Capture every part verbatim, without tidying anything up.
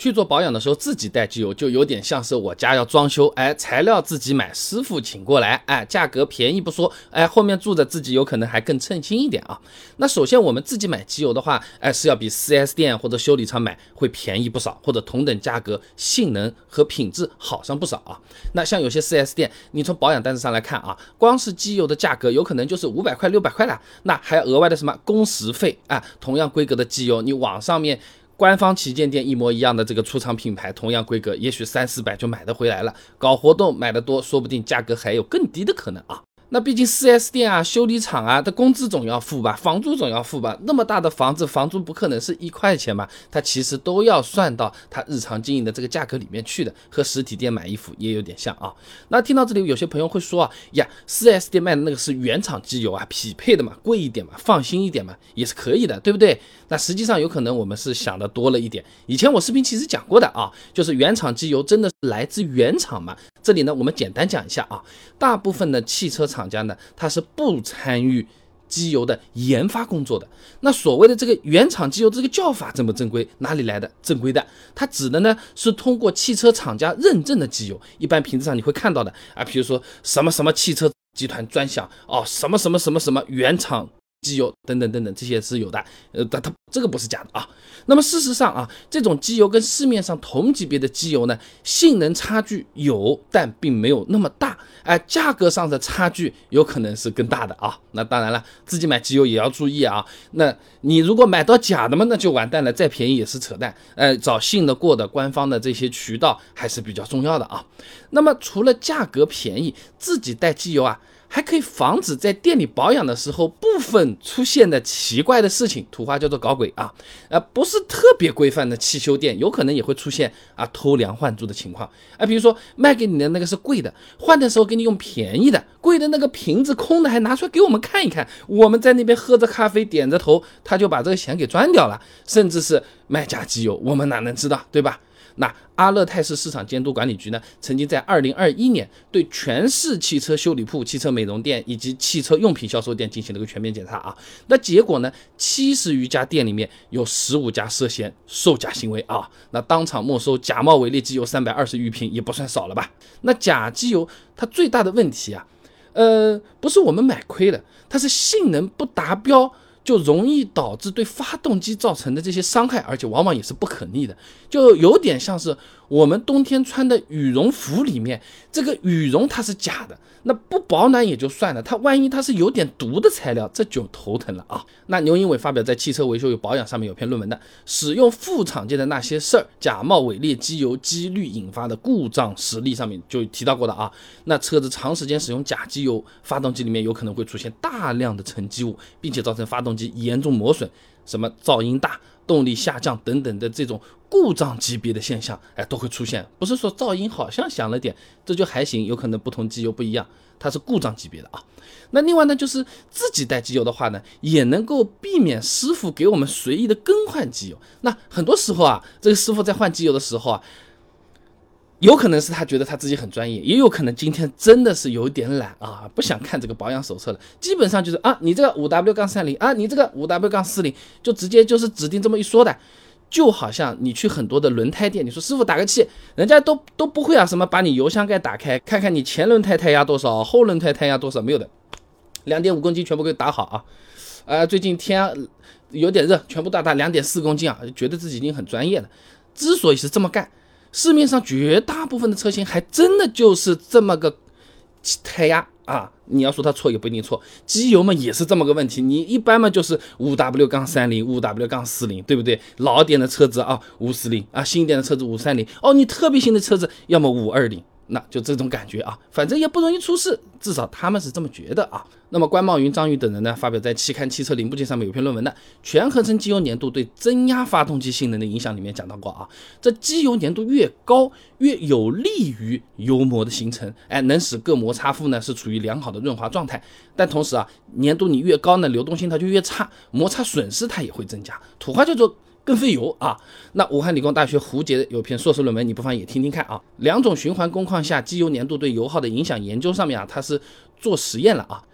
去做保养的时候自己带机油，就有点像是我家要装修，哎，材料自己买，师傅请过来，哎，价格便宜不说，哎，后面住着自己有可能还更称心一点啊。那首先我们自己买机油的话，哎，是要比 四 S 店或者修理厂买会便宜不少，或者同等价格性能和品质好上不少啊。那像有些 四 S 店，你从保养单子上来看啊，光是机油的价格有可能就是五百块六百块了，那还要额外的什么工时费啊？同样规格的机油，你网上面官方旗舰店一模一样的这个出厂品牌，同样规格，也许三四百就买得回来了。搞活动买得多，说不定价格还有更低的可能啊。那毕竟 四 S 店啊、修理厂啊的工资总要付吧，房租总要付吧。那么大的房子，房租不可能是一块钱吧？它其实都要算到它日常经营的这个价格里面去的，和实体店买衣服也有点像啊。那听到这里，有些朋友会说啊，呀 ，四 S 店卖的那个是原厂机油啊，匹配的嘛，贵一点嘛，放心一点嘛，也是可以的，对不对？那实际上有可能我们是想的多了一点。以前我视频其实讲过的啊，就是原厂机油真的是来自原厂嘛。这里呢，我们简单讲一下啊，大部分的汽车厂家呢，它是不参与机油的研发工作的。那所谓的这个原厂机油这个叫法正不正规？哪里来的？正规的，它指的呢是通过汽车厂家认证的机油，一般瓶子上你会看到的啊，比如说什么什么汽车集团专享哦，什么什么什么什么原厂机油等等等等，这些是有的，呃，它它这个不是假的啊。那么事实上啊，这种机油跟市面上同级别的机油呢，性能差距有，但并没有那么大，哎、呃，价格上的差距有可能是更大的啊。那当然了，自己买机油也要注意啊。那你如果买到假的嘛，那就完蛋了，再便宜也是扯淡。呃，找信得过的官方的这些渠道还是比较重要的啊。那么除了价格便宜，自己带机油啊，还可以防止在店里保养的时候部分出现的奇怪的事情，土话叫做搞鬼啊。呃，不是特别规范的汽修店，有可能也会出现啊偷梁换柱的情况。啊，比如说卖给你的那个是贵的，换的时候给你用便宜的，贵的那个瓶子空的还拿出来给我们看一看，我们在那边喝着咖啡点着头，他就把这个钱给赚掉了，甚至是卖假机油，我们哪能知道，对吧？那阿勒泰市市场监督管理局呢，曾经在二零二一年对全市汽车修理铺、汽车美容店以及汽车用品销售店进行了个全面检查啊。那结果呢，七十余家店里面有十五家涉嫌售假行为啊。那当场没收假冒伪劣机油三百二十余瓶，也不算少了吧？那假机油它最大的问题啊，呃，不是我们买亏了，它是性能不达标，就容易导致对发动机造成的这些伤害，而且往往也是不可逆的，就有点像是我们冬天穿的羽绒服里面，这个羽绒它是假的，那不保暖也就算了，它万一它是有点毒的材料，这就头疼了啊。那牛英伟发表在《汽车维修与保养》上面有篇论文的，使用副厂件的那些事儿，假冒伪劣机油几率引发的故障实例上面就提到过的啊。那车子长时间使用假机油，发动机里面有可能会出现大量的沉积物，并且造成发动机严重磨损，什么噪音大、动力下降等等的这种故障级别的现象，哎，都会出现。不是说噪音好像响了点，这就还行，有可能不同机油不一样，它是故障级别的啊。那另外呢，就是自己带机油的话呢，也能够避免师傅给我们随意的更换机油。那很多时候啊，这个师傅在换机油的时候啊，有可能是他觉得他自己很专业，也有可能今天真的是有点懒啊，不想看这个保养手册了。基本上就是啊，你这个 五 W 三零 啊，你这个 五 W 四零，就直接就是指定这么一说的。就好像你去很多的轮胎店，你说师傅打个气，人家都都不会啊，什么把你油箱盖打开，看看你前轮胎胎压多少，后轮胎胎压多少，没有的， 两点五公斤全部给打好啊。呃，最近天有点热，全部打打 两点四公斤啊，觉得自己已经很专业了。之所以是这么干，市面上绝大部分的车型还真的就是这么个胎压啊，你要说它错也不一定错，机油嘛也是这么个问题，你一般嘛就是 五 W 三零 五 W 四零，对不对？老点的车子啊五四零啊，新一点的车子五三零，哦，你特别新的车子要么五二零，那就这种感觉啊，反正也不容易出事，至少他们是这么觉得啊。那么关茂云、张宇等人呢，发表在期刊《汽车零部件》上面有篇论文的《全合成机油粘度对增压发动机性能的影响》，里面讲到过啊，这机油粘度越高，越有利于油膜的形成，哎，能使各摩擦副呢是处于良好的润滑状态。但同时啊，粘度你越高呢，流动性它就越差，摩擦损失它也会增加。土话叫做更费油啊。那武汉理工大学胡杰有篇硕士论文，你不妨也听听看啊。两种循环工况下机油粘度对油耗的影响研究上面啊，它是做实验了啊。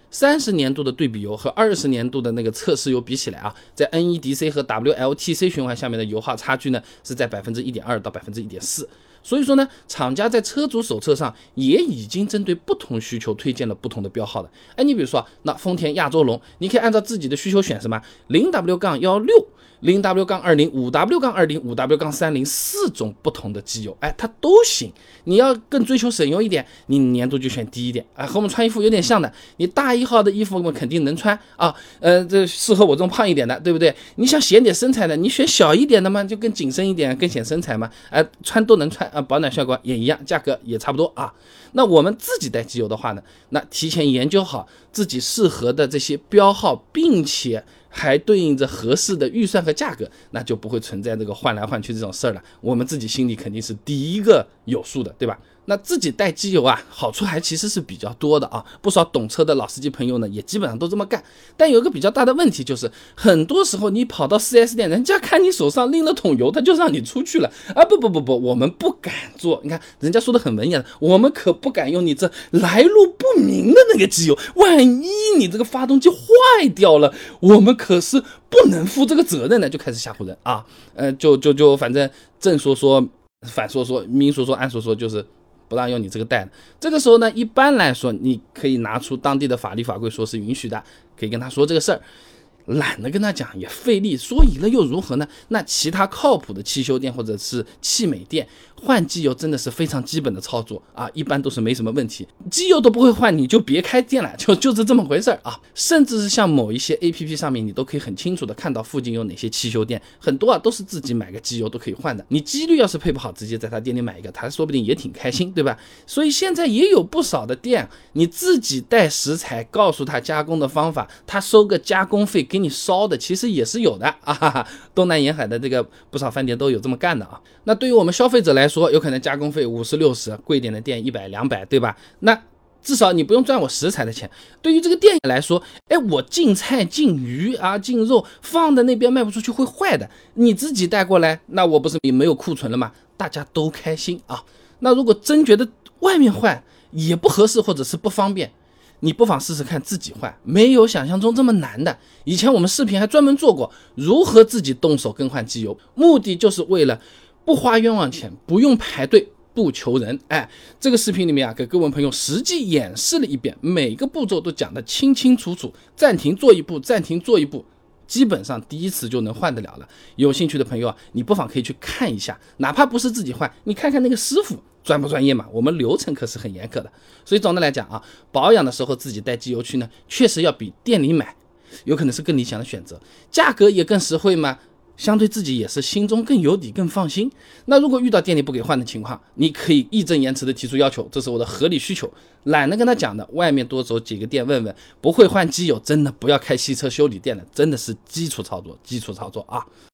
三十年度的对比油和二十年度的那个测试油比起来啊，在 N E D C 和 W L T C 循环下面的油耗差距呢是在 百分之一点二 到 百分之一点四。所以说呢，厂家在车主手册上也已经针对不同需求推荐了不同的标号的。哎，你比如说，那丰田亚洲龙，你可以按照自己的需求选什么 零 W 十六、零 W 二十、五 W 二十、五 W 三十四种不同的机油，哎，它都行。你要更追求省油一点，你粘度就选低一点，哎，和我们穿衣服有点像的。你大一号的衣服我们肯定能穿啊，呃，这适合我这种胖一点的，对不对？你想显点身材的，你选小一点的嘛，就更紧身一点，更显身材嘛，哎、呃，穿都能穿啊，保暖效果也一样，价格也差不多啊。那我们自己带机油的话呢，那提前研究好自己适合的这些标号，并且还对应着合适的预算和价格，那就不会存在这个换来换去这种事儿了。我们自己心里肯定是第一个有数的，对吧？那自己带机油啊，好处还其实是比较多的啊，不少懂车的老司机朋友呢，也基本上都这么干。但有一个比较大的问题就是，很多时候你跑到 四 S 店，人家看你手上拎了桶油，他就让你出去了啊！不不不不，我们不敢做。你看人家说的很文言，我们可不敢用你这来路不明的那个机油，万一你这个发动机坏掉了，我们可是不能负这个责任的，就开始吓唬人啊！呃，就就就反正正说说，反说说，明说说，暗说说，就是不让用你这个带的。这个时候呢，一般来说你可以拿出当地的法律法规说是允许的，可以跟他说这个事儿。懒得跟他讲也费力，说赢了又如何呢？那其他靠谱的汽修店或者是汽美店换机油真的是非常基本的操作啊，一般都是没什么问题，机油都不会换你就别开店了，就就是这么回事啊。甚至是像某一些 A P P 上面，你都可以很清楚的看到附近有哪些汽修店，很多啊都是自己买个机油都可以换的。你几率要是配不好，直接在他店里买一个，他说不定也挺开心，对吧？所以现在也有不少的店，你自己带食材，告诉他加工的方法，他收个加工费给你烧的，其实也是有的啊哈哈。东南沿海的这个不少饭店都有这么干的啊。那对于我们消费者来说，有可能加工费五十六十，贵点的店一百两百，对吧？那至少你不用赚我食材的钱。对于这个店来说，哎，我进菜进鱼啊进肉放在那边卖不出去会坏的，你自己带过来，那我不是没有库存了吗？大家都开心啊。那如果真觉得外面换也不合适或者是不方便，你不妨试试看自己换，没有想象中这么难的。以前我们视频还专门做过如何自己动手更换机油，目的就是为了不花冤枉钱，不用排队，不求人。哎，这个视频里面啊，给各位朋友实际演示了一遍，每个步骤都讲得清清楚楚，暂停做一步，暂停做一步，基本上第一次就能换得了了。有兴趣的朋友啊，你不妨可以去看一下，哪怕不是自己换，你看看那个师傅专不专业嘛？我们流程可是很严苛的。所以总的来讲啊，保养的时候自己带机油去呢，确实要比店里买有可能是更理想的选择，价格也更实惠嘛，相对自己也是心中更有底更放心。那如果遇到店里不给换的情况，你可以义正言辞的提出要求，这是我的合理需求。懒得跟他讲的，外面多走几个店问问，不会换机油真的不要开汽车修理店的，真的是基础操作基础操作啊。